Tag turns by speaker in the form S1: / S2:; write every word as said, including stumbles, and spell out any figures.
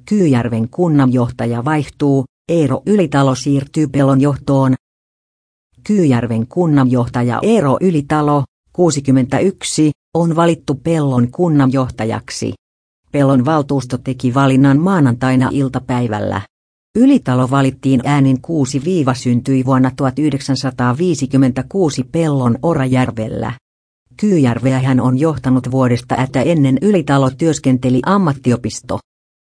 S1: Kyyjärven kunnanjohtaja vaihtuu, Eero Ylitalo siirtyy Pelon johtoon. Kyyjärven kunnanjohtaja Eero Ylitalo, kuusikymmentäyksi, on valittu Pellon kunnanjohtajaksi. Pelon valtuusto teki valinnan maanantaina iltapäivällä. Ylitalo valittiin äänin kuusi viiva syntyi vuonna tuhatyhdeksänsataaviisikymmentäkuusi Pellon Orajärvellä. Kyyjärveä hän on johtanut vuodesta ätä ennen Ylitalo työskenteli ammattiopisto